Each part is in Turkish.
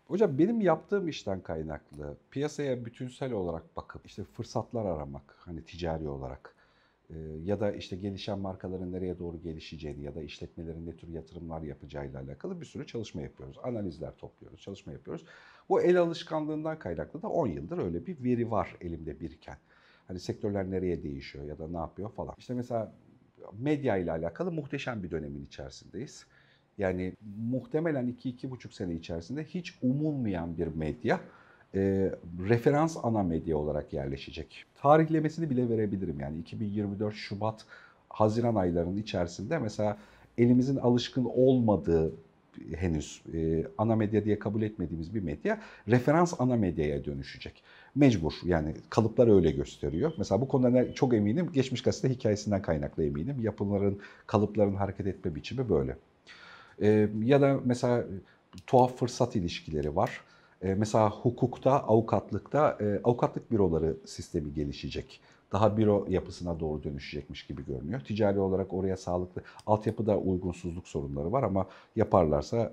Hocam benim yaptığım işten kaynaklı piyasaya bütünsel olarak bakıp işte fırsatlar aramak hani ticari olarak ya da işte gelişen markaların nereye doğru gelişeceğini ya da işletmelerin ne tür yatırımlar yapacağıyla alakalı bir sürü çalışma yapıyoruz. Analizler topluyoruz, çalışma yapıyoruz. Bu el alışkanlığından kaynaklı da 10 yıldır öyle bir veri var elimde biriken. Hani sektörler nereye değişiyor ya da ne yapıyor falan. İşte mesela medya ile alakalı muhteşem bir dönemin içerisindeyiz. Yani muhtemelen 2-2,5 sene içerisinde hiç umulmayan bir medya referans ana medya olarak yerleşecek. Tarihlemesini bile verebilirim yani 2024 Şubat Haziran aylarının içerisinde mesela elimizin alışkın olmadığı henüz ana medya diye kabul etmediğimiz bir medya referans ana medyaya dönüşecek. Mecbur yani kalıplar öyle gösteriyor. Mesela bu konuda çok eminim geçmiş gazete hikayesinden kaynaklı eminim. Yapıların, kalıpların hareket etme biçimi böyle. Ya da mesela tuhaf fırsat ilişkileri var. Mesela hukukta, avukatlıkta avukatlık büroları sistemi gelişecek. Daha büro yapısına doğru dönüşecekmiş gibi görünüyor. Ticari olarak oraya sağlıklı, altyapıda uygunsuzluk sorunları var ama yaparlarsa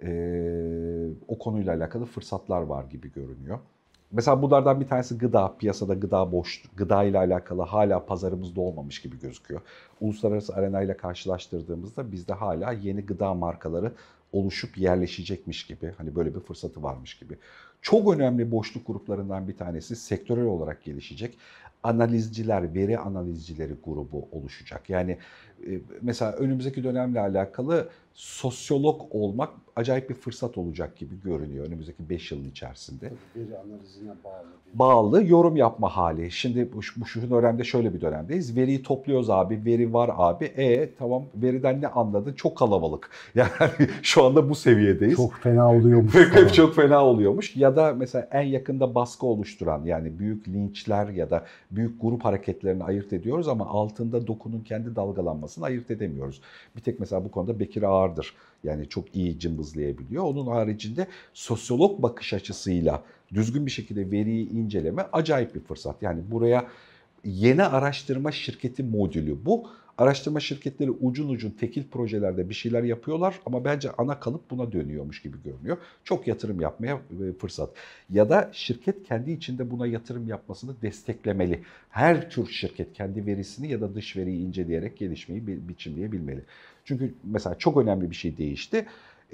o konuyla alakalı fırsatlar var gibi görünüyor. Mesela bunlardan bir tanesi gıda. Piyasada gıda boş, gıda ile alakalı hala pazarımızda olmamış gibi gözüküyor. Uluslararası arena ile karşılaştırdığımızda bizde hala yeni gıda markaları oluşup yerleşecekmiş gibi. Hani böyle bir fırsatı varmış gibi. Çok önemli boşluk gruplarından bir tanesi sektörel olarak gelişecek. Analizciler, veri analizcileri grubu oluşacak. Yani mesela önümüzdeki dönemle alakalı sosyolog olmak acayip bir fırsat olacak gibi görünüyor önümüzdeki 5 yılın içerisinde. Tabii veri analizine bağlı bir. Bağlı yorum yapma hali. Şimdi şu dönemde şöyle bir dönemdeyiz. Veriyi topluyoruz abi, veri var abi. Tamam veriden ne anladın? Çok kalabalık. Yani şu anda bu seviyedeyiz. Çok fena oluyormuş falan. Çok fena oluyormuş. Ya da mesela en yakında baskı oluşturan yani büyük linçler ya da büyük grup hareketlerini ayırt ediyoruz ama altında dokunun kendi dalgalanmasını ayırt edemiyoruz. Bir tek mesela bu konuda Bekir Ağırdır. Yani çok iyi cımbızlayabiliyor. Onun haricinde sosyolog bakış açısıyla düzgün bir şekilde veriyi inceleme acayip bir fırsat. Yani buraya yeni araştırma şirketi modülü bu. Araştırma şirketleri ucun ucun tekil projelerde bir şeyler yapıyorlar ama bence ana kalıp buna dönüyormuş gibi görünüyor. Çok yatırım yapmaya fırsat. Ya da şirket kendi içinde buna yatırım yapmasını desteklemeli. Her tür şirket kendi verisini ya da dış veriyi inceleyerek gelişmeyi biçimleyebilmeli. Çünkü mesela çok önemli bir şey değişti.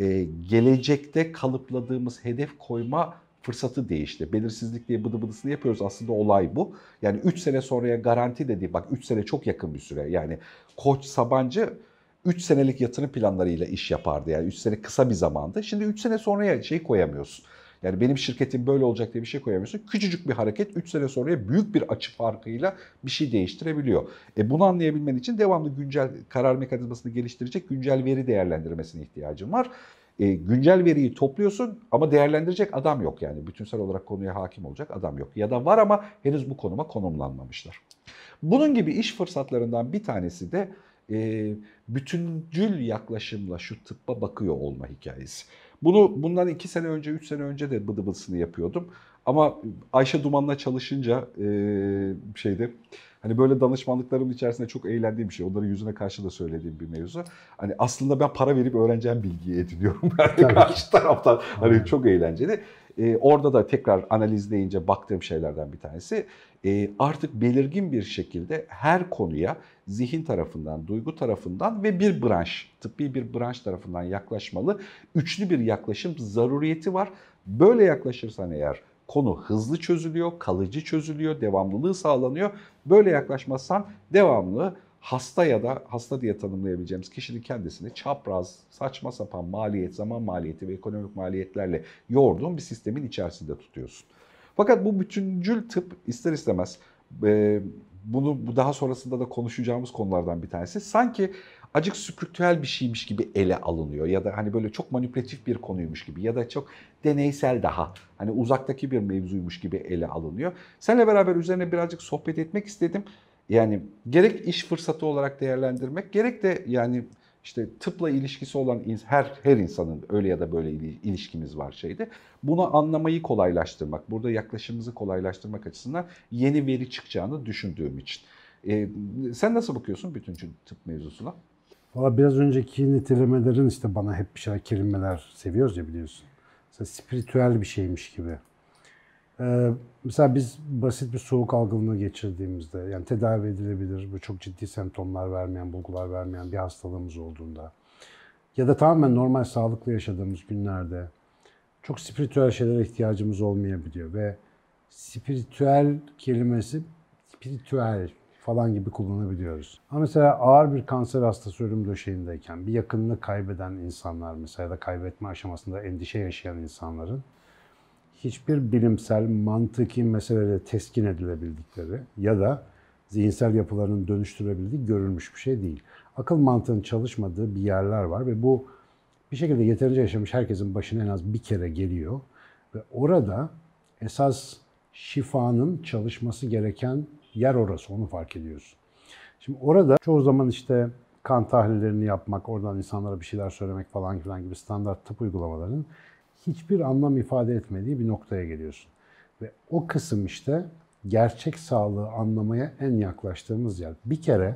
Gelecekte kalıpladığımız hedef koyma fırsatı değişti. Belirsizlik diye bıdı bıdısını yapıyoruz. Aslında olay bu. Yani 3 sene sonraya garanti dedi. Bak 3 sene çok yakın bir süre. Yani Koç, Sabancı 3 senelik yatırım planlarıyla iş yapardı. Yani 3 sene kısa bir zamandı. Şimdi 3 sene sonraya şey koyamıyorsun. Yani benim şirketim böyle olacak diye bir şey koyamıyorsun. Küçücük bir hareket 3 sene sonraya büyük bir açı farkıyla bir şey değiştirebiliyor. Bunu anlayabilmen için devamlı güncel karar mekanizmasını geliştirecek güncel veri değerlendirmesine ihtiyacın var. Güncel veriyi topluyorsun ama değerlendirecek adam yok yani. Bütünsel olarak konuya hakim olacak adam yok. Ya da var ama henüz bu konuma konumlanmamışlar. Bunun gibi iş fırsatlarından bir tanesi de bütüncül yaklaşımla şu tıbba bakıyor olma hikayesi. Bundan 2 sene önce, 3 sene önce de bıdı bıdısını yapıyordum. Ama Ayşe Duman'la çalışınca şeyde hani böyle danışmanlıklarımın içerisinde çok eğlendiğim bir şey. Onların yüzüne karşı da söylediğim bir mevzu. Hani aslında ben para verip öğreneceğim bilgiyi ediniyorum. Yani karşı taraftan hani çok eğlenceli. Orada da tekrar analizleyince baktığım şeylerden bir tanesi artık belirgin bir şekilde her konuya zihin tarafından, duygu tarafından ve bir branş, tıbbi bir branş tarafından yaklaşmalı. Üçlü bir yaklaşım zaruriyeti var. Böyle yaklaşırsan eğer konu hızlı çözülüyor, kalıcı çözülüyor, devamlılığı sağlanıyor. Böyle yaklaşmazsan devamlı hasta ya da hasta diye tanımlayabileceğimiz kişinin kendisini çapraz, saçma sapan maliyet, zaman maliyeti ve ekonomik maliyetlerle yoğurduğun bir sistemin içerisinde tutuyorsun. Fakat bu bütüncül tıp ister istemez bunu daha sonrasında da konuşacağımız konulardan bir tanesi. Sanki acık spiritüel bir şeymiş gibi ele alınıyor ya da hani böyle çok manipülatif bir konuymuş gibi ya da çok deneysel daha hani uzaktaki bir mevzuymuş gibi ele alınıyor. Seninle beraber üzerine birazcık sohbet etmek istedim. Yani gerek iş fırsatı olarak değerlendirmek gerek de yani işte tıpla ilişkisi olan her insanın öyle ya da böyle ilişkimiz var şeyde. Bunu anlamayı kolaylaştırmak, burada yaklaşımımızı kolaylaştırmak açısından yeni veri çıkacağını düşündüğüm için. Sen nasıl bakıyorsun bütüncül tıp mevzusuna? Valla biraz önceki nitelemelerin işte bana hep bir şeyler kelimeler seviyoruz ya biliyorsun. Mesela spiritüel bir şeymiş gibi. Mesela biz basit bir soğuk algınlığı geçirdiğimizde, yani tedavi edilebilir, bu çok ciddi semptomlar vermeyen, bulgular vermeyen bir hastalığımız olduğunda ya da tamamen normal sağlıklı yaşadığımız günlerde çok spiritüel şeylere ihtiyacımız olmayabiliyor ve spiritüel kelimesi spiritüel falan gibi kullanabiliyoruz. Ama mesela ağır bir kanser hastası ölüm döşeğindeyken bir yakınını kaybeden insanlar mesela ya da kaybetme aşamasında endişe yaşayan insanların hiçbir bilimsel, mantıki meseleyle teskin edilebildikleri ya da zihinsel yapılarının dönüştürebildiği görülmüş bir şey değil. Akıl mantığının çalışmadığı bir yerler var ve bu bir şekilde yeterince yaşamış herkesin başına en az bir kere geliyor. Ve orada esas şifanın çalışması gereken yer orası, onu fark ediyorsun. Şimdi orada çoğu zaman işte kan tahlillerini yapmak, oradan insanlara bir şeyler söylemek falan filan gibi standart tıp uygulamalarının hiçbir anlam ifade etmediği bir noktaya geliyorsun. Ve o kısım işte gerçek sağlığı anlamaya en yaklaştığımız yer. Bir kere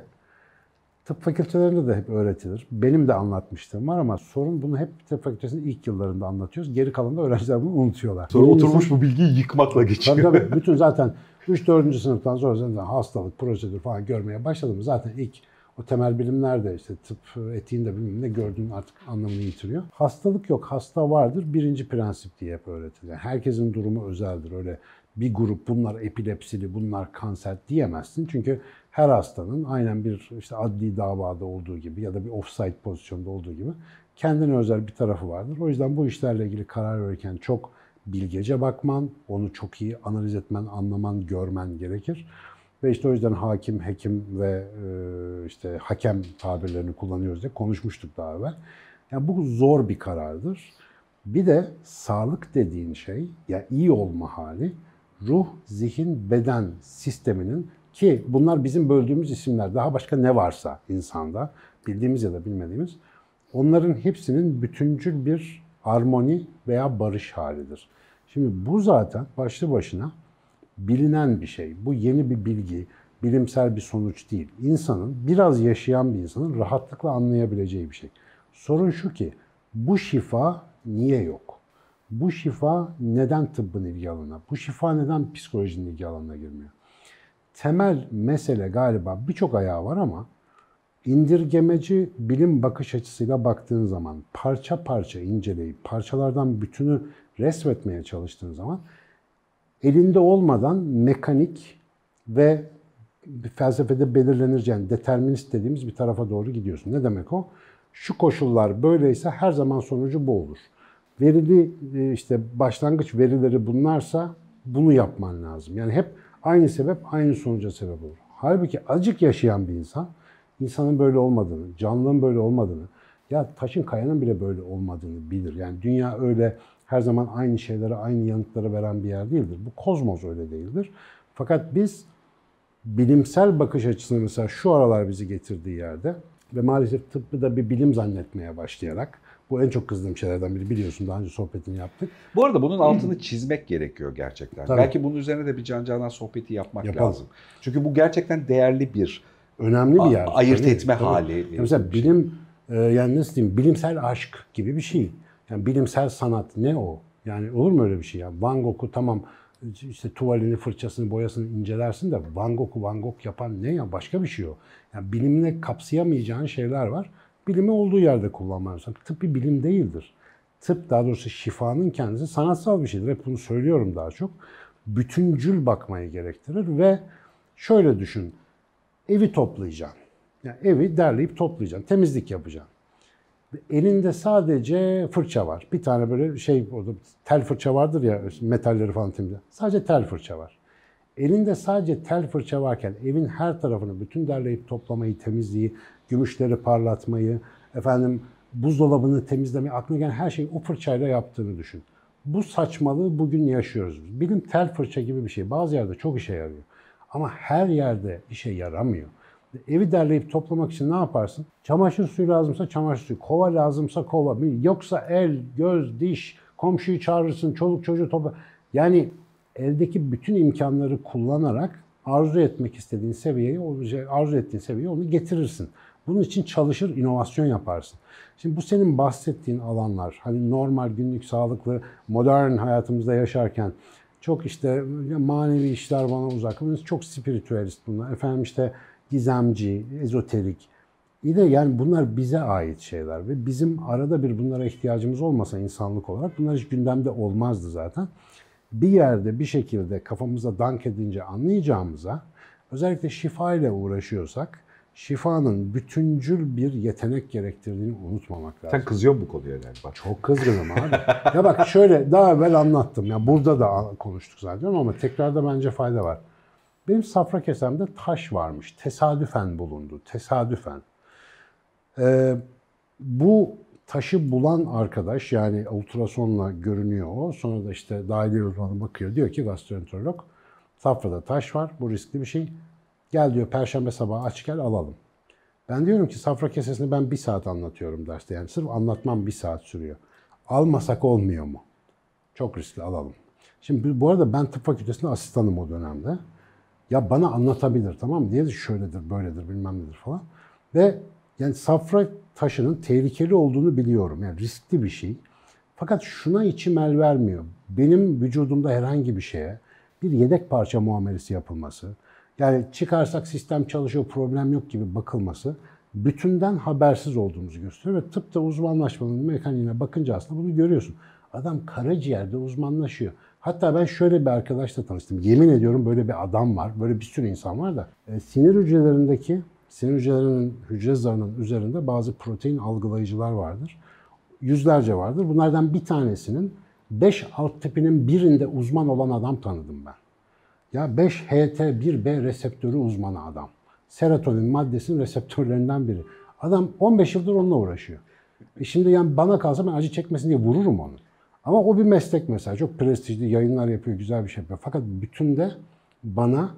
tıp fakültelerinde de hep öğretilir. Benim de anlatmıştım var ama sorun bunu hep tıp fakültesinin ilk yıllarında anlatıyoruz. Geri kalan da öğrenciler bunu unutuyorlar. Sonra oturmuş bu bilgiyi yıkmakla geçiyor. Tabii. Bütün zaten 3-4. sınıftan sonra zaten hastalık, prosedür falan görmeye başladım. Zaten ilk o temel bilimlerde işte tıp etiğinde bilmem ne gördüğün artık anlamını yitiriyor. Hastalık yok, hasta vardır. Birinci prensip diye hep öğretilir. Yani herkesin durumu özeldir. Öyle bir grup bunlar epilepsili, bunlar kanser diyemezsin. Çünkü her hastanın aynen bir işte adli davada olduğu gibi ya da bir offside pozisyonda olduğu gibi kendine özel bir tarafı vardır. O yüzden bu işlerle ilgili karar verirken çok bilgece bakman, onu çok iyi analiz etmen, anlaman, görmen gerekir. Ve işte o yüzden hakim, hekim ve işte hakem tabirlerini kullanıyoruz diye konuşmuştuk daha evvel. Yani bu zor bir karardır. Bir de sağlık dediğin şey, ya iyi olma hali, ruh, zihin, beden sisteminin ki bunlar bizim böldüğümüz isimler, daha başka ne varsa insanda, bildiğimiz ya da bilmediğimiz, onların hepsinin bütüncül bir armoni veya barış halidir. Şimdi bu zaten başlı başına bilinen bir şey. Bu yeni bir bilgi, bilimsel bir sonuç değil. İnsanın, biraz yaşayan bir insanın rahatlıkla anlayabileceği bir şey. Sorun şu ki, bu şifa niye yok? Bu şifa neden tıbbın ilgi alanına? Bu şifa neden psikolojinin ilgi alanına girmiyor? Temel mesele galiba birçok ayağı var ama indirgemeci bilim bakış açısıyla baktığın zaman, parça parça inceleyip parçalardan bütünü resmetmeye çalıştığın zaman elinde olmadan mekanik ve felsefede belirlenir yani determinist dediğimiz bir tarafa doğru gidiyorsun. Ne demek o? Şu koşullar böyleyse her zaman sonucu bu olur. Verili işte başlangıç verileri bunlarsa bunu yapman lazım. Yani hep aynı sebep aynı sonuca sebep olur. Halbuki azıcık yaşayan bir insan, insanın böyle olmadığını, canlının böyle olmadığını, ya taşın kayanın bile böyle olmadığını bilir. Yani dünya öyle her zaman aynı şeylere, aynı yanıtları veren bir yer değildir. Bu kozmos öyle değildir. Fakat biz bilimsel bakış açısını mesela şu aralar bizi getirdiği yerde ve maalesef tıbbı da bir bilim zannetmeye başlayarak, bu en çok kızdığım şeylerden biri biliyorsun, daha önce sohbetini yaptık. Bu arada bunun altını çizmek gerekiyor gerçekten. Tabii. Belki bunun üzerine de bir Can Canan sohbeti yapmak Yapalım. lazım. Çünkü bu gerçekten değerli bir önemli bir yer. Ayırt Tabii, etme tabii. hali. Mesela bilim, yani nasıl diyeyim, bilimsel aşk gibi bir şey. Yani bilimsel sanat ne o? Yani olur mu öyle bir şey ya? Van Gogh'u tamam işte tuvalini, fırçasını, boyasını incelersin de Van Gogh'u Van Gogh yapan ne ya? Başka bir şey o. Yani bilimle kapsayamayacağın şeyler var. Bilimi olduğu yerde kullanman lazım. Tıp bir bilim değildir. Tıp, daha doğrusu şifanın kendisi sanatsal bir şeydir. Hep bunu söylüyorum daha çok. Bütüncül bakmayı gerektirir ve şöyle düşün. Evi toplayacaksın. Yani evi derleyip toplayacaksın. Temizlik yapacaksın. Elinde sadece fırça var. Bir tane böyle şey, orada tel fırça vardır ya, metalleri falan temizleyen. Sadece tel fırça var. Elinde sadece tel fırça varken evin her tarafını bütün derleyip toplamayı, temizliği, gümüşleri parlatmayı, buzdolabını temizlemeyi, aklına gelen her şeyi o fırçayla yaptığını düşün. Bu saçmalığı bugün yaşıyoruz biz. Bilim tel fırça gibi bir şey. Bazı yerde çok işe yarıyor. Ama her yerde işe yaramıyor. Evi derleyip toplamak için ne yaparsın? Çamaşır suyu lazımsa çamaşır suyu, kova lazımsa kova, yoksa el, göz, diş, komşuyu çağırırsın, çoluk çocuğu topla. Yani eldeki bütün imkanları kullanarak arzu etmek istediğin seviyeyi, arzu ettiğin seviyeye onu getirirsin. Bunun için çalışır, inovasyon yaparsın. Şimdi bu senin bahsettiğin alanlar, hani normal, günlük, sağlıklı, modern hayatımızda yaşarken çok işte manevi işler bana uzak. Çok spiritüelist bunlar. Efendim işte gizemci, ezoterik. İyi de yani bunlar bize ait şeyler ve bizim arada bir bunlara ihtiyacımız olmasa insanlık olarak bunlar hiç gündemde olmazdı zaten. Bir yerde bir şekilde kafamıza dank edince anlayacağımıza, özellikle şifa ile uğraşıyorsak şifanın bütüncül bir yetenek gerektirdiğini unutmamak lazım. Sen kızıyorsun bu konuya galiba. Çok kızgınım abi. Ya bak şöyle daha evvel anlattım. Ya burada da konuştuk zaten ama tekrarda bence fayda var. Benim safra kesemde taş varmış. Tesadüfen bulundu. Tesadüfen. Bu taşı bulan arkadaş, yani ultrasonla görünüyor o. Sonra da işte dahiliye uzmanı bakıyor. Diyor ki gastroenterolog, safrada taş var. Bu riskli bir şey. Gel diyor perşembe sabahı aç gel alalım. Ben diyorum ki safra kesesini ben 1 saat anlatıyorum derste. Yani sırf anlatmam 1 saat sürüyor. Almasak olmuyor mu? Çok riskli, alalım. Şimdi bu arada ben tıp fakültesinde asistanım o dönemde. Ya bana anlatabilir, tamam mı? Diye şöyledir, böyledir, bilmem nedir falan. Ve yani safra taşının tehlikeli olduğunu biliyorum. Yani riskli bir şey. Fakat şuna içim el vermiyor. Benim vücudumda herhangi bir şeye bir yedek parça muamelesi yapılması, yani çıkarsak sistem çalışıyor, problem yok gibi bakılması bütünden habersiz olduğumuzu gösteriyor. Ve tıpta uzmanlaşmanın mekaniğine bakınca aslında bunu görüyorsun. Adam karaciğerde uzmanlaşıyor. Hatta ben şöyle bir arkadaşla tanıştım. Yemin ediyorum böyle bir adam var. Böyle bir sürü insan var da. Sinir hücrelerinin hücre zarının üzerinde bazı protein algılayıcılar vardır. Yüzlerce vardır. Bunlardan bir tanesinin 5 alt tipinin birinde uzman olan adam tanıdım ben. Ya 5-HT1B reseptörü uzmanı adam. Serotonin maddesinin reseptörlerinden biri. Adam 15 yıldır onunla uğraşıyor. Şimdi yani bana kalsa ben acı çekmesin diye vururum onu. Ama o bir meslek mesela. Çok prestijli yayınlar yapıyor, güzel bir şey yapıyor. Fakat bütünde bana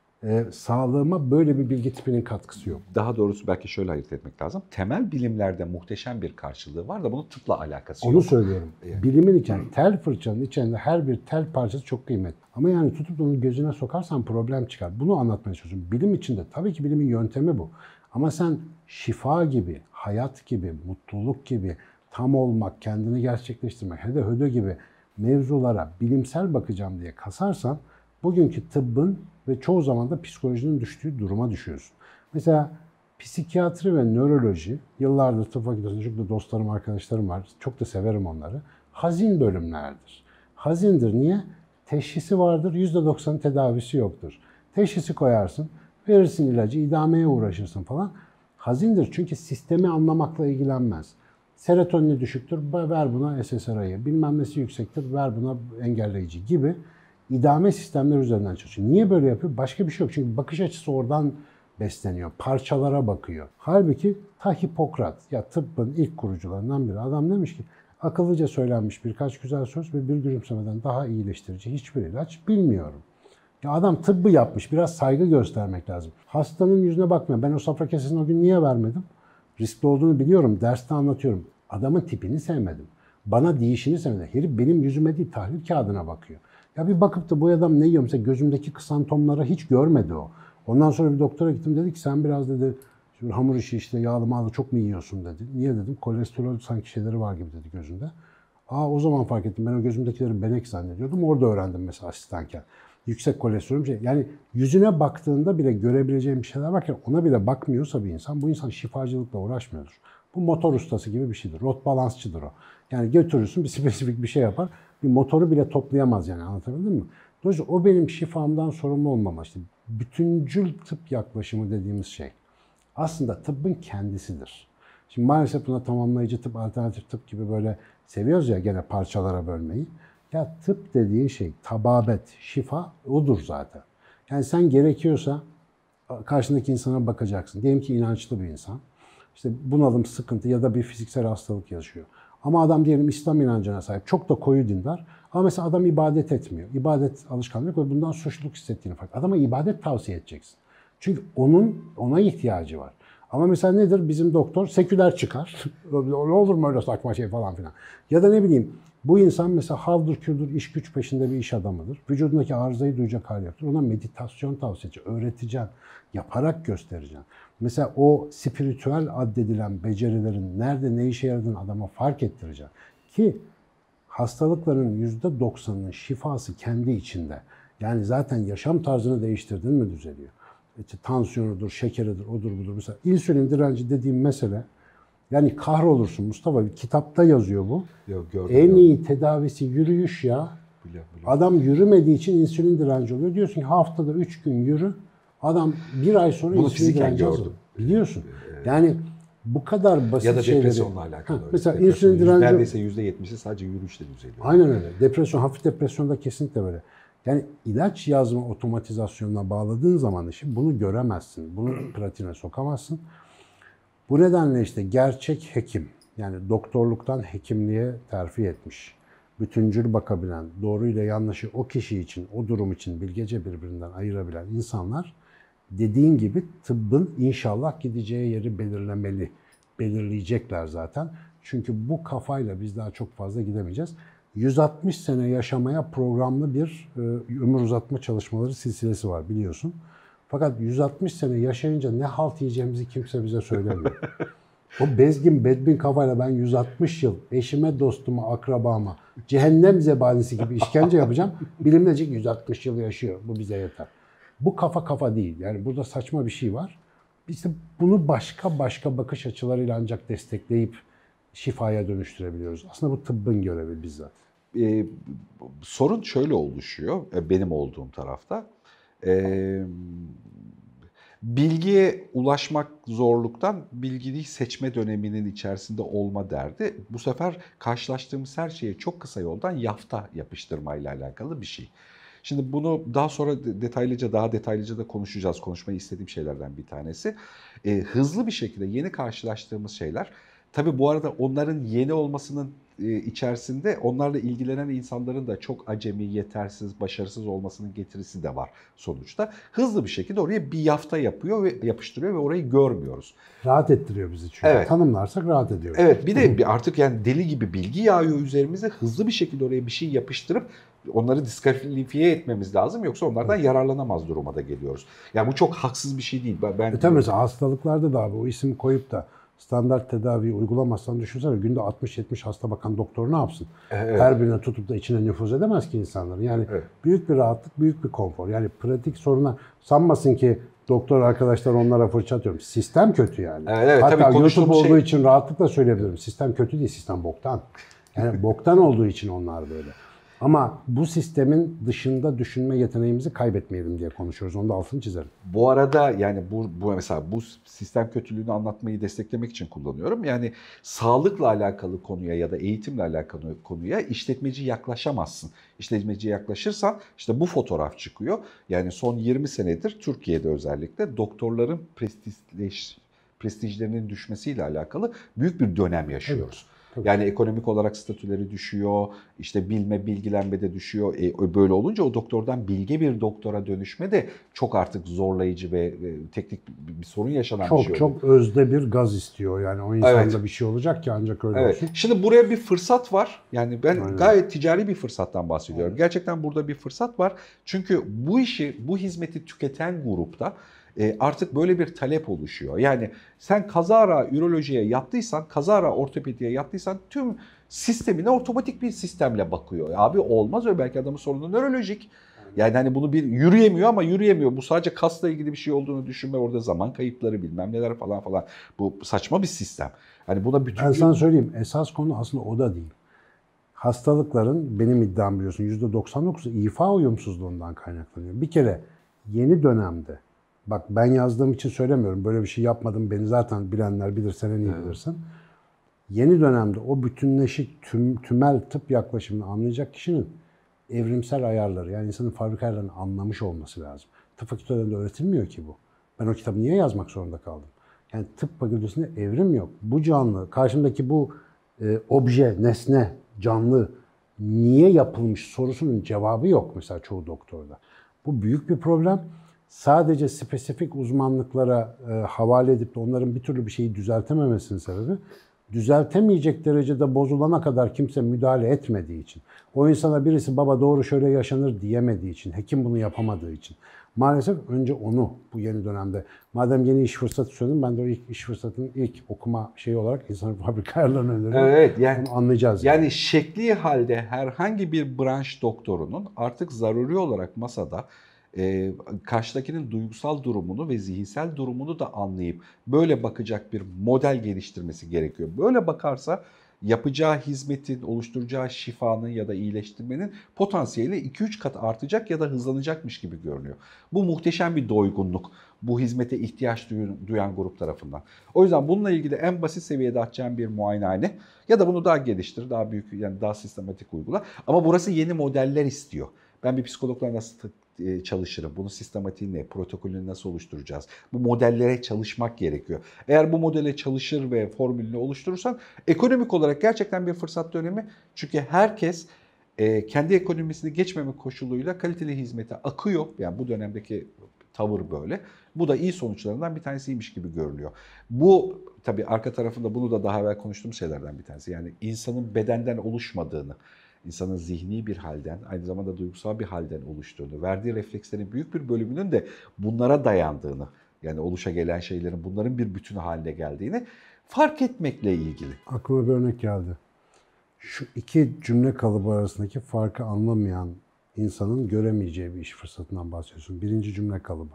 sağlığıma böyle bir bilgi tipinin katkısı yok. Daha doğrusu belki şöyle ayırt etmek lazım. Temel bilimlerde muhteşem bir karşılığı var da bunun tıpla alakası yok. Onu söylüyorum. Bilimin içinde, tel fırçanın içinde her bir tel parçası çok kıymetli. Ama yani tutup da onu gözüne sokarsan problem çıkar. Bunu anlatmaya çalışıyorum. Bilim içinde, tabii ki bilimin yöntemi bu. Ama sen şifa gibi, hayat gibi, mutluluk gibi, tam olmak, kendini gerçekleştirmek, hede hödö gibi mevzulara bilimsel bakacağım diye kasarsan bugünkü tıbbın ve çoğu zaman da psikolojinin düştüğü duruma düşüyorsun. Mesela psikiyatri ve nöroloji, yıllardır tıp fakültesinde çok da dostlarım, arkadaşlarım var. Çok da severim onları. Hazin bölümlerdir. Hazindir. Niye? Teşhisi vardır, %90'ın tedavisi yoktur. Teşhisi koyarsın, verirsin ilacı, idameye uğraşırsın falan. Hazindir çünkü sistemi anlamakla ilgilenmez. Serotonini düşüktür, ver buna SSRI'yi. Bilmem nesi yüksektir, ver buna engelleyici gibi idame sistemler üzerinden çalışıyor. Niye böyle yapıyor? Başka bir şey yok. Çünkü bakış açısı oradan besleniyor. Parçalara bakıyor. Halbuki ta Hipokrat, ya tıbbın ilk kurucularından biri. Adam demiş ki akıllıca söylenmiş birkaç güzel söz ve bir gülümsemeden daha iyileştirici hiçbir ilaç bilmiyorum. Ya adam tıbbı yapmış. Biraz saygı göstermek lazım. Hastanın yüzüne bakmıyor. Ben o safra kesesini o gün niye vermedim? Riskli olduğunu biliyorum. Derste anlatıyorum. Adamın tipini sevmedim. Bana değişini sevmedim. Herif benim yüzüme değil tahlil kağıdına bakıyor. Ya bir bakıp da bu adam ne yiyor? Mesela gözümdeki ksantomları hiç görmedi o. Ondan sonra bir doktora gittim, dedi ki sen biraz dedi şu hamur işi işte yağlı mağlı çok mu yiyorsun dedi. Niye dedim? Kolesterol sanki şeyleri var gibi dedi gözünde. O zaman fark ettim. Ben o gözümdekileri benek zannediyordum. Orada öğrendim mesela asistanken. Yüksek kolesterol şey. Yani yüzüne baktığında bile görebileceğim bir şeyler varken ona bile bakmıyorsa bir insan, bu insan şifacılıkla uğraşmıyordur. Bu motor ustası gibi bir şeydir. Rot balansçıdır o. Yani götürürsün bir spesifik bir şey yapar. Bir motoru bile toplayamaz yani, anlatabildim mi? Dolayısıyla o benim şifamdan sorumlu olmama. İşte bütüncül tıp yaklaşımı dediğimiz şey aslında tıbbın kendisidir. Şimdi maalesef buna tamamlayıcı tıp, alternatif tıp gibi böyle seviyoruz ya gene parçalara bölmeyi. Ya tıp dediğin şey tababet, şifa odur zaten. Yani sen gerekiyorsa karşındaki insana bakacaksın. Diyelim ki inançlı bir insan. İşte bunalım, sıkıntı ya da bir fiziksel hastalık yaşıyor. Ama adam diyelim İslam inancına sahip, çok da koyu dindar. Ama mesela adam ibadet etmiyor. İbadet alışkanlığı yok ve bundan suçluluk hissettiğini fark. Adama ibadet tavsiye edeceksin. Çünkü ona ihtiyacı var. Ama mesela nedir? Bizim doktor seküler çıkar. Ne olur mu öyle saçma şey falan filan. Ya da ne bileyim, bu insan mesela haldır küldür iş güç peşinde bir iş adamıdır. Vücudundaki arızayı duyacak hali yoktur. Ona meditasyon tavsiye edeceksin, öğreteceksin, yaparak göstereceksin. Mesela o spiritüel addedilen becerilerin nerede ne işe yaradığını adama fark ettireceğim. Ki hastalıkların %90'ının şifası kendi içinde. Yani zaten yaşam tarzını değiştirdin mi düzeliyor. İşte tansiyonudur, şekeridir, odur budur. Mesela insülin direnci dediğim mesele, yani kahrolursun Mustafa, bir kitapta yazıyor bu. Yok, gördüm, En iyi tedavisi yürüyüş ya. Biliyorum. Adam yürümediği için insülin direnci oluyor. Diyorsun ki haftada 3 gün yürü. Adam bir ay sonra Bunu insülin fiziken direnci gördüm. hazır. Biliyorsun. Yani bu kadar basit Ya da şeyleri... depresyonla alakalı. Mesela Depresyon, insülin direnci... neredeyse %70'i sadece yürüyüşle düzeliyor. Aynen öyle. Depresyon, hafif depresyonda kesinlikle böyle. Yani ilaç yazma otomatizasyonuna bağladığın zaman işi bunu göremezsin. Bunu pratiğine sokamazsın. Bu nedenle işte gerçek hekim, yani doktorluktan hekimliğe terfi etmiş, bütüncül bakabilen, doğruyla yanlışı o kişi için, o durum için bilgece birbirinden ayırabilen insanlar, dediğin gibi tıbbın inşallah gideceği yeri belirleyecekler zaten. Çünkü bu kafayla biz daha çok fazla gidemeyeceğiz. 160 sene yaşamaya programlı bir ömür uzatma çalışmaları silsilesi var biliyorsun. Fakat 160 sene yaşayınca ne halt yiyeceğimizi kimse bize söylemiyor. O bezgin, bedbin kafayla ben 160 yıl eşime, dostuma, akrabama, cehennem zebanisi gibi işkence yapacağım. Bilim diyecek 160 yıl yaşıyor. Bu bize yeter. Bu kafa değil. Yani burada saçma bir şey var. İşte bunu başka bakış açılarıyla ancak destekleyip şifaya dönüştürebiliyoruz. Aslında bu tıbbın görevi bizzat. Sorun şöyle oluşuyor benim olduğum tarafta. Bilgiye ulaşmak zorluktan bilgiyi seçme döneminin içerisinde olma derdi. Bu sefer karşılaştığımız her şeye çok kısa yoldan yafta yapıştırmayla alakalı bir şey. Şimdi bunu daha sonra daha detaylıca da konuşacağız. Konuşmayı istediğim şeylerden bir tanesi. Hızlı bir şekilde yeni karşılaştığımız şeyler. Tabii bu arada onların yeni olmasının içerisinde onlarla ilgilenen insanların da çok acemi, yetersiz, başarısız olmasının getirisi de var sonuçta. Hızlı bir şekilde oraya bir yafta yapıyor ve yapıştırıyor ve orayı görmüyoruz. Rahat ettiriyor bizi çünkü. Evet. Tanımlarsak rahat ediyor. Evet, bir de artık yani deli gibi bilgi yağıyor üzerimize. Hızlı bir şekilde oraya bir şey yapıştırıp onları diskalifiye etmemiz lazım. Yoksa onlardan yararlanamaz duruma da geliyoruz. Yani bu çok haksız bir şey değil. Tabii mesela hastalıklarda da abi o isim koyup da standart tedaviyi uygulamazsan düşünsene günde 60-70 hasta bakan doktor ne yapsın? Evet. Her birine tutup da içine nüfuz edemez ki insanların. Yani büyük bir rahatlık, büyük bir konfor. Yani pratik soruna sanmasın ki doktor arkadaşlar onlara fırça atıyorum. Sistem kötü yani. Evet, hatta tabii YouTube olduğu için rahatlıkla söyleyebilirim. Sistem kötü değil, sistem boktan. Yani boktan olduğu için onlar böyle. Ama bu sistemin dışında düşünme yeteneğimizi kaybetmeyelim diye konuşuyoruz. Onu da altını çizerim. Bu arada yani bu mesela bu sistem kötülüğünü anlatmayı desteklemek için kullanıyorum. Yani sağlıkla alakalı konuya ya da eğitimle alakalı konuya işletmeci yaklaşamazsın. İşletmeci yaklaşırsan işte bu fotoğraf çıkıyor. Yani son 20 senedir Türkiye'de özellikle doktorların prestijlerinin düşmesiyle alakalı büyük bir dönem yaşıyoruz. Evet. Yani ekonomik olarak statüleri düşüyor, işte bilgilenme de düşüyor. Böyle olunca o doktordan bilge bir doktora dönüşme de çok artık zorlayıcı ve teknik bir sorun yaşanan bir şey oluyor. Çok özde bir gaz istiyor. Yani o insanda bir şey olacak ki ancak öyle olsun. Şimdi buraya bir fırsat var. Yani ben gayet ticari bir fırsattan bahsediyorum. Gerçekten burada bir fırsat var. Çünkü bu hizmeti tüketen grupta artık böyle bir talep oluşuyor. Yani sen kazara ürolojiye yattıysan, kazara ortopediye yattıysan tüm sistemine otomatik bir sistemle bakıyor. Abi olmaz öyle, belki adamın sorunu nörolojik. Yani hani bunu bir yürüyemiyor. Bu sadece kasla ilgili bir şey olduğunu düşünme, orada zaman kayıpları bilmem neler falan. Bu saçma bir sistem. Hani buna ben sana söyleyeyim, esas konu aslında o da değil. Hastalıkların benim iddiam biliyorsun %99'u ifa uyumsuzluğundan kaynaklanıyor. Bir kere yeni dönemde, bak ben yazdığım için söylemiyorum, böyle bir şey yapmadım, beni zaten bilenler bilir, sen en iyi bilirsin. Yeni dönemde o bütünleşik tümel tıp yaklaşımını anlayacak kişinin evrimsel ayarları, yani insanın fabrika ayarlarını anlamış olması lazım. Tıp fakültelerinde öğretilmiyor ki bu. Ben o kitabı niye yazmak zorunda kaldım? Yani tıp fakültesinde evrim yok. Bu canlı, karşımdaki bu obje, nesne, canlı niye yapılmış sorusunun cevabı yok mesela çoğu doktorda. Bu büyük bir problem. Sadece spesifik uzmanlıklara havale edip de onların bir türlü bir şeyi düzeltememesinin sebebi, düzeltemeyecek derecede bozulana kadar kimse müdahale etmediği için. O insana birisi baba doğru şöyle yaşanır diyemediği için, hekim bunu yapamadığı için. Maalesef önce onu bu yeni dönemde. Madem yeni iş fırsatı söyledim, ben de o ilk iş fırsatının ilk okuma şeyi olarak insan fabrika ayarlarını öneriyorum. Evet, yani onu anlayacağız. Yani şekli halde herhangi bir branş doktorunun artık zaruri olarak masada karşıdakinin duygusal durumunu ve zihinsel durumunu da anlayıp böyle bakacak bir model geliştirmesi gerekiyor. Böyle bakarsa yapacağı hizmetin, oluşturacağı şifanın ya da iyileştirmenin potansiyeli 2-3 kat artacak ya da hızlanacakmış gibi görünüyor. Bu muhteşem bir doygunluk bu hizmete ihtiyaç duyan grup tarafından. O yüzden bununla ilgili en basit seviyede açacağım bir muayenehane ya da bunu daha geliştir, daha büyük, yani daha sistematik uygula. Ama burası yeni modeller istiyor. Ben bir psikologla nasıl çalışırım? Bunun sistematiğini ne? Protokolünü nasıl oluşturacağız? Bu modellere çalışmak gerekiyor. Eğer bu modele çalışır ve formülünü oluşturursan ekonomik olarak gerçekten bir fırsat dönemi. Çünkü herkes kendi ekonomisini geçmemek koşuluyla kaliteli hizmete akıyor. Yani bu dönemdeki tavır böyle. Bu da iyi sonuçlarından bir tanesiymiş gibi görünüyor. Bu tabii arka tarafında bunu da daha evvel konuştuğum şeylerden bir tanesi. Yani insanın bedenden oluşmadığını, insanın zihni bir halden, aynı zamanda duygusal bir halden oluştuğunu, verdiği reflekslerin büyük bir bölümünün de bunlara dayandığını, yani oluşa gelen şeylerin bunların bir bütün haline geldiğini fark etmekle ilgili. Aklıma bir örnek geldi. Şu iki cümle kalıbı arasındaki farkı anlamayan insanın göremeyeceği bir iş fırsatından bahsediyorsun. Birinci cümle kalıbı.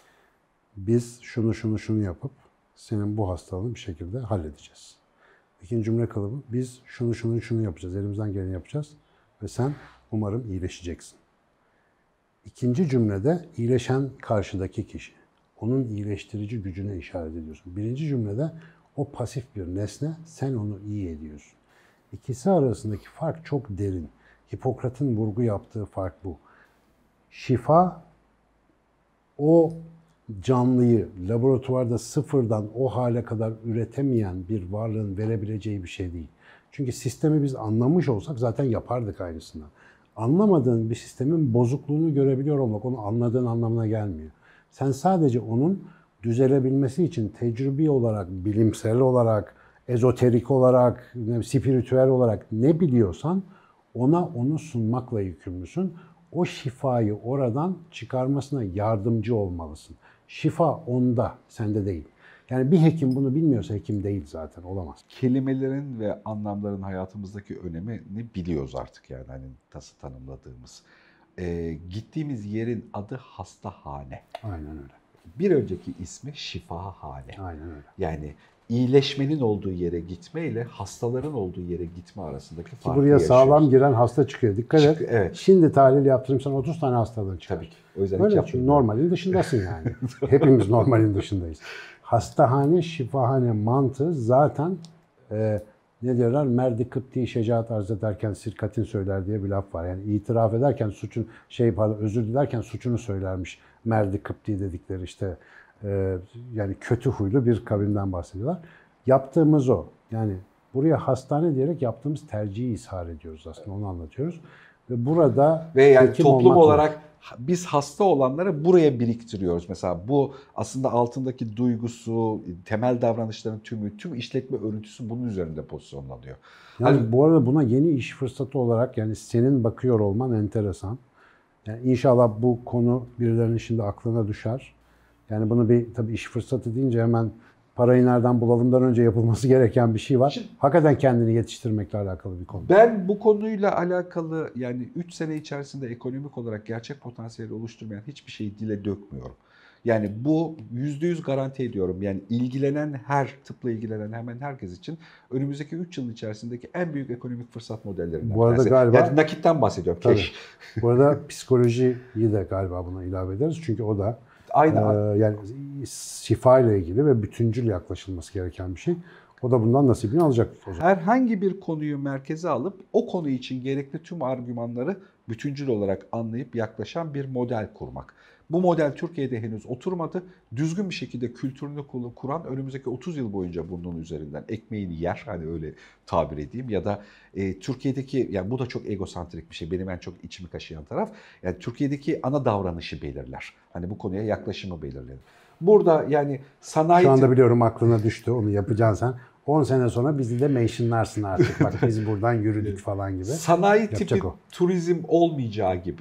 Biz şunu yapıp senin bu hastalığını bir şekilde halledeceğiz. İkinci cümle kalıbı. Biz şunu yapacağız. Elimizden geleni yapacağız. Ve sen umarım iyileşeceksin. İkinci cümlede iyileşen karşıdaki kişi. Onun iyileştirici gücüne işaret ediyorsun. Birinci cümlede o pasif bir nesne, sen onu iyi ediyorsun. İkisi arasındaki fark çok derin. Hipokrat'ın vurgu yaptığı fark bu. Şifa, o canlıyı laboratuvarda sıfırdan o hale kadar üretemeyen bir varlığın verebileceği bir şey değil. Çünkü sistemi biz anlamış olsak zaten yapardık aynısını. Anlamadığın bir sistemin bozukluğunu görebiliyor olmak, onu anladığın anlamına gelmiyor. Sen sadece onun düzelebilmesi için tecrübi olarak, bilimsel olarak, ezoterik olarak, spiritüel olarak ne biliyorsan ona onu sunmakla yükümlüsün. O şifayı oradan çıkarmasına yardımcı olmalısın. Şifa onda, sende değil. Yani bir hekim bunu bilmiyorsa hekim değil zaten, olamaz. Kelimelerin ve anlamların hayatımızdaki önemini biliyoruz artık, yani hani nasıl tanımladığımız. Gittiğimiz yerin adı hastahane. Aynen öyle. Bir önceki ismi şifahane. Aynen öyle. Yani iyileşmenin olduğu yere gitme ile hastaların olduğu yere gitme arasındaki farkı buraya yaşıyoruz. sağlam giren hasta çıkıyor. Dikkat et. Evet. Şimdi tahlil yaptırayım sana 30 tane hastalığın çıkar. Tabii ki. O yüzden öyle, hiç çünkü yapmıyorum. normalin dışındasın yani. Hepimiz normalin dışındayız. Hastahane, şifahane mantığı zaten ne diyorlar? Merdi kıpti şecaat arz ederken sirkatin söyler diye bir laf var. Yani itiraf ederken suçun, özür dilerken suçunu söylermiş. Merdi kıpti dedikleri işte yani kötü huylu bir kavimden bahsediyorlar. Yaptığımız o. Yani buraya hastane diyerek yaptığımız tercihi ishar ediyoruz aslında. Onu anlatıyoruz. Ve burada ve yani toplum olarak zor. Biz hasta olanları buraya biriktiriyoruz. Mesela bu aslında altındaki duygusu, temel davranışların tüm işletme örüntüsü bunun üzerinde pozisyonlanıyor. Yani bu arada buna yeni iş fırsatı olarak yani senin bakıyor olman enteresan. Yani inşallah bu konu birilerinin şimdi aklına düşer. Yani bunu bir tabii iş fırsatı deyince hemen parayı nereden bulalımdan önce yapılması gereken bir şey var. Hakikaten kendini yetiştirmekle alakalı bir konu. Ben bu konuyla alakalı yani 3 sene içerisinde ekonomik olarak gerçek potansiyeli oluşturmayan hiçbir şeyi dile dökmüyorum. Yani bu %100 garanti ediyorum. Yani tıpla ilgilenen hemen herkes için önümüzdeki 3 yıl içerisindeki en büyük ekonomik fırsat modellerinden. Bu arada galiba yani nakitten bahsediyorum. Cash. Bu arada psikolojiyi de galiba buna ilave ederiz. Çünkü o da yani şifa ile ilgili ve bütüncül yaklaşılması gereken bir şey. O da bundan nasibini alacak. Herhangi bir konuyu merkeze alıp o konu için gerekli tüm argümanları bütüncül olarak anlayıp yaklaşan bir model kurmak. Bu model Türkiye'de henüz oturmadı. Düzgün bir şekilde kültürünü kuran önümüzdeki 30 yıl boyunca bunun üzerinden ekmeğini yer. Hani öyle tabir edeyim. Ya da Türkiye'deki, yani bu da çok egosantrik bir şey. Benim en çok içimi kaşıyan taraf. Yani Türkiye'deki ana davranışı belirler. Hani bu konuya yaklaşımı belirler. Burada yani sanayi... Şu anda biliyorum aklına düştü. Onu yapacaksın sen. 10 sene sonra bizi de mentionlarsın artık. Bak biz buradan yürüdük falan gibi. Sanayi tipi turizm olmayacağı gibi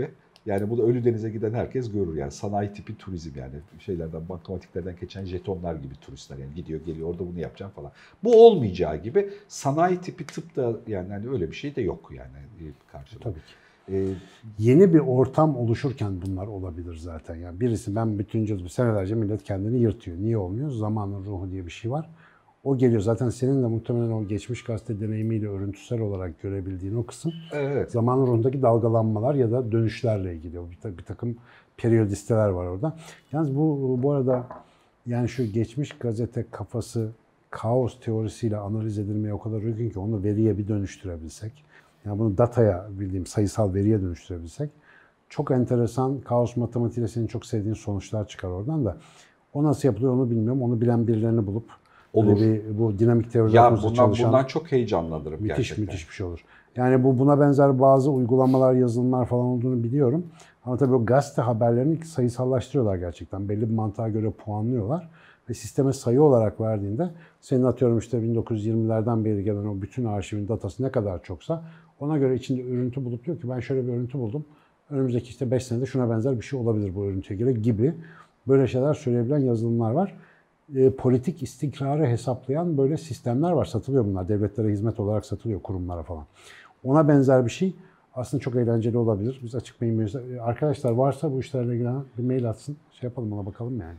Yani bunu Ölüdeniz'e giden herkes görür yani. Sanayi tipi turizm yani. Şeylerden, bankamatiklerden geçen jetonlar gibi turistler yani gidiyor geliyor orada bunu yapacağım falan. Bu olmayacağı gibi sanayi tipi tıp da yani hani öyle bir şey de yok yani karşılığı. Tabii ki. Yeni bir ortam oluşurken bunlar olabilir zaten. Yani birisi ben bütüncül senelerce millet kendini yırtıyor. Niye olmuyor? Zamanın ruhu diye bir şey var. O geliyor. Zaten senin de muhtemelen o geçmiş gazete deneyimiyle örüntüsel olarak görebildiğin o kısım Evet. zamanın ruhundaki dalgalanmalar ya da dönüşlerle ilgili. Bir takım periyodisteler var orada. Yalnız bu arada yani şu geçmiş gazete kafası kaos teorisiyle analiz edilmeye o kadar uygun ki onu veriye bir dönüştürebilsek, yani bunu dataya bildiğim sayısal veriye dönüştürebilsek çok enteresan kaos matematiğiyle senin çok sevdiğin sonuçlar çıkar oradan da. O nasıl yapılıyor onu bilmiyorum. Onu bilen birilerini bulup Olur. Bu dinamik teoriler konusunda çalışan bundan çok heyecanlanırım gerçekten. Müthiş bir şey olur. Yani buna benzer bazı uygulamalar, yazılımlar falan olduğunu biliyorum. Ama tabii o gazete haberlerini sayısallaştırıyorlar gerçekten. Belli bir mantığa göre puanlıyorlar. Ve sisteme sayı olarak verdiğinde senin atıyorum işte 1920'lerden beri gelen o bütün arşivin datası ne kadar çoksa ona göre içinde örüntü bulup diyor ki ben şöyle bir örüntü buldum. Önümüzdeki işte 5 senede şuna benzer bir şey olabilir bu örüntüye göre gibi böyle şeyler söyleyebilen yazılımlar var. Politik istikrarı hesaplayan böyle sistemler var. Satılıyor bunlar. Devletlere hizmet olarak satılıyor kurumlara falan. Ona benzer bir şey aslında çok eğlenceli olabilir. Biz açık mail arkadaşlar varsa bu işlerle ilgilenen bir mail atsın. Şey yapalım ona bakalım yani.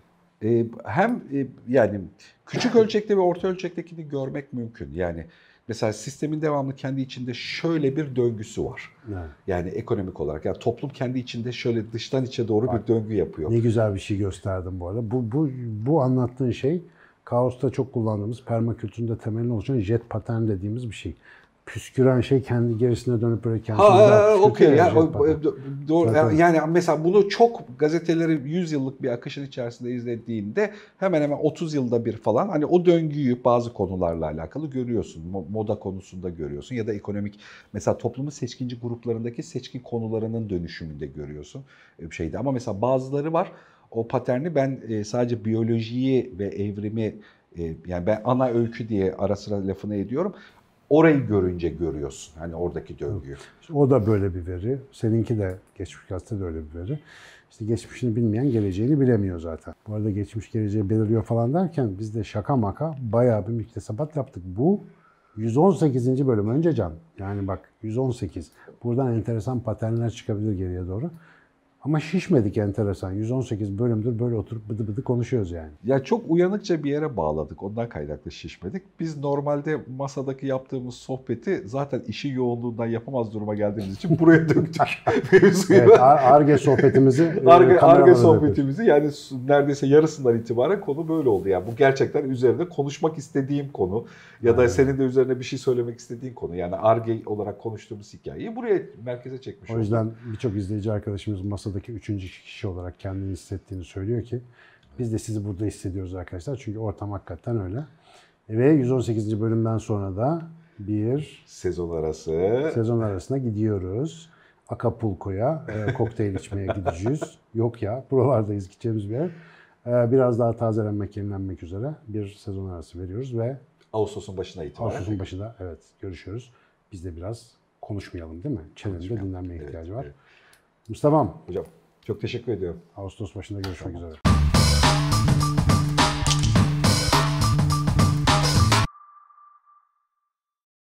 Hem yani küçük ölçekte ve orta ölçektekini görmek mümkün. Yani mesela sistemin devamlı kendi içinde şöyle bir döngüsü var. Evet. Yani ekonomik olarak. Yani toplum kendi içinde şöyle dıştan içe doğru bir döngü yapıyor. Ne güzel bir şey gösterdim bu arada. Bu anlattığın şey kaosta çok kullandığımız permakültürün temelini oluşan jet patern dediğimiz bir şey. Püsküren şey kendi gerisine dönüp böyle kendini okey. Doğru. Yani mesela bunu çok gazeteleri 100 yıllık bir akışın içerisinde izlediğinde hemen hemen 30 yılda bir falan hani o döngüyü bazı konularla alakalı görüyorsun. Moda konusunda görüyorsun ya da ekonomik mesela toplumun seçkinci gruplarındaki seçkin konularının dönüşümünde görüyorsun şeyde. Ama mesela bazıları var. O paterni ben sadece biyolojiyi ve evrimi yani ben ana öykü diye ara sıra lafını ediyorum. Orayı görünce görüyorsun. Hani oradaki döngüyü. O da böyle bir veri. Seninki de geçmiş gazete de öyle bir veri. İşte geçmişini bilmeyen geleceğini bilemiyor zaten. Bu arada geçmiş geleceği belirliyor falan derken biz de şaka maka bayağı bir müktesebat yaptık. Bu 118. bölüm. Önce Can. Yani bak 118. Buradan enteresan paternler çıkabilir geriye doğru. Ama şişmedik enteresan. 118 bölümdür böyle oturup bıdı bıdı konuşuyoruz yani. Ya çok uyanıkça bir yere bağladık. Ondan kaynaklı şişmedik. Biz normalde masadaki yaptığımız sohbeti zaten işin yoğunluğundan yapamaz duruma geldiğimiz için buraya döktük. Evet, Ar-Ge sohbetimizi Ar-Ge sohbetimizi yani neredeyse yarısından itibaren konu böyle oldu. Yani bu gerçekten üzerinde konuşmak istediğim konu ya da senin de üzerine bir şey söylemek istediğin konu. Yani Ar-Ge olarak konuştuğumuz hikayeyi buraya merkeze çekmiş olduk. O yüzden birçok izleyici arkadaşımız masadaki 3. kişi olarak kendini hissettiğini söylüyor ki biz de sizi burada hissediyoruz arkadaşlar. Çünkü ortam hakikaten öyle. Ve 118. bölümden sonra da bir sezon arasına gidiyoruz. Acapulco'ya kokteyl içmeye gideceğiz. Yok ya buralardayız gideceğimiz bir yer. Biraz daha tazelenmek, yenilenmek üzere bir sezon arası veriyoruz ve Ağustos'un başına itibaren. Ağustos'un başında evet görüşüyoruz. Biz de biraz konuşmayalım değil mi? Çenenin de dinlenmeye ihtiyacı var. Evet. Mustafa'm. Hocam çok teşekkür ediyorum. Ağustos başında görüşmek üzere.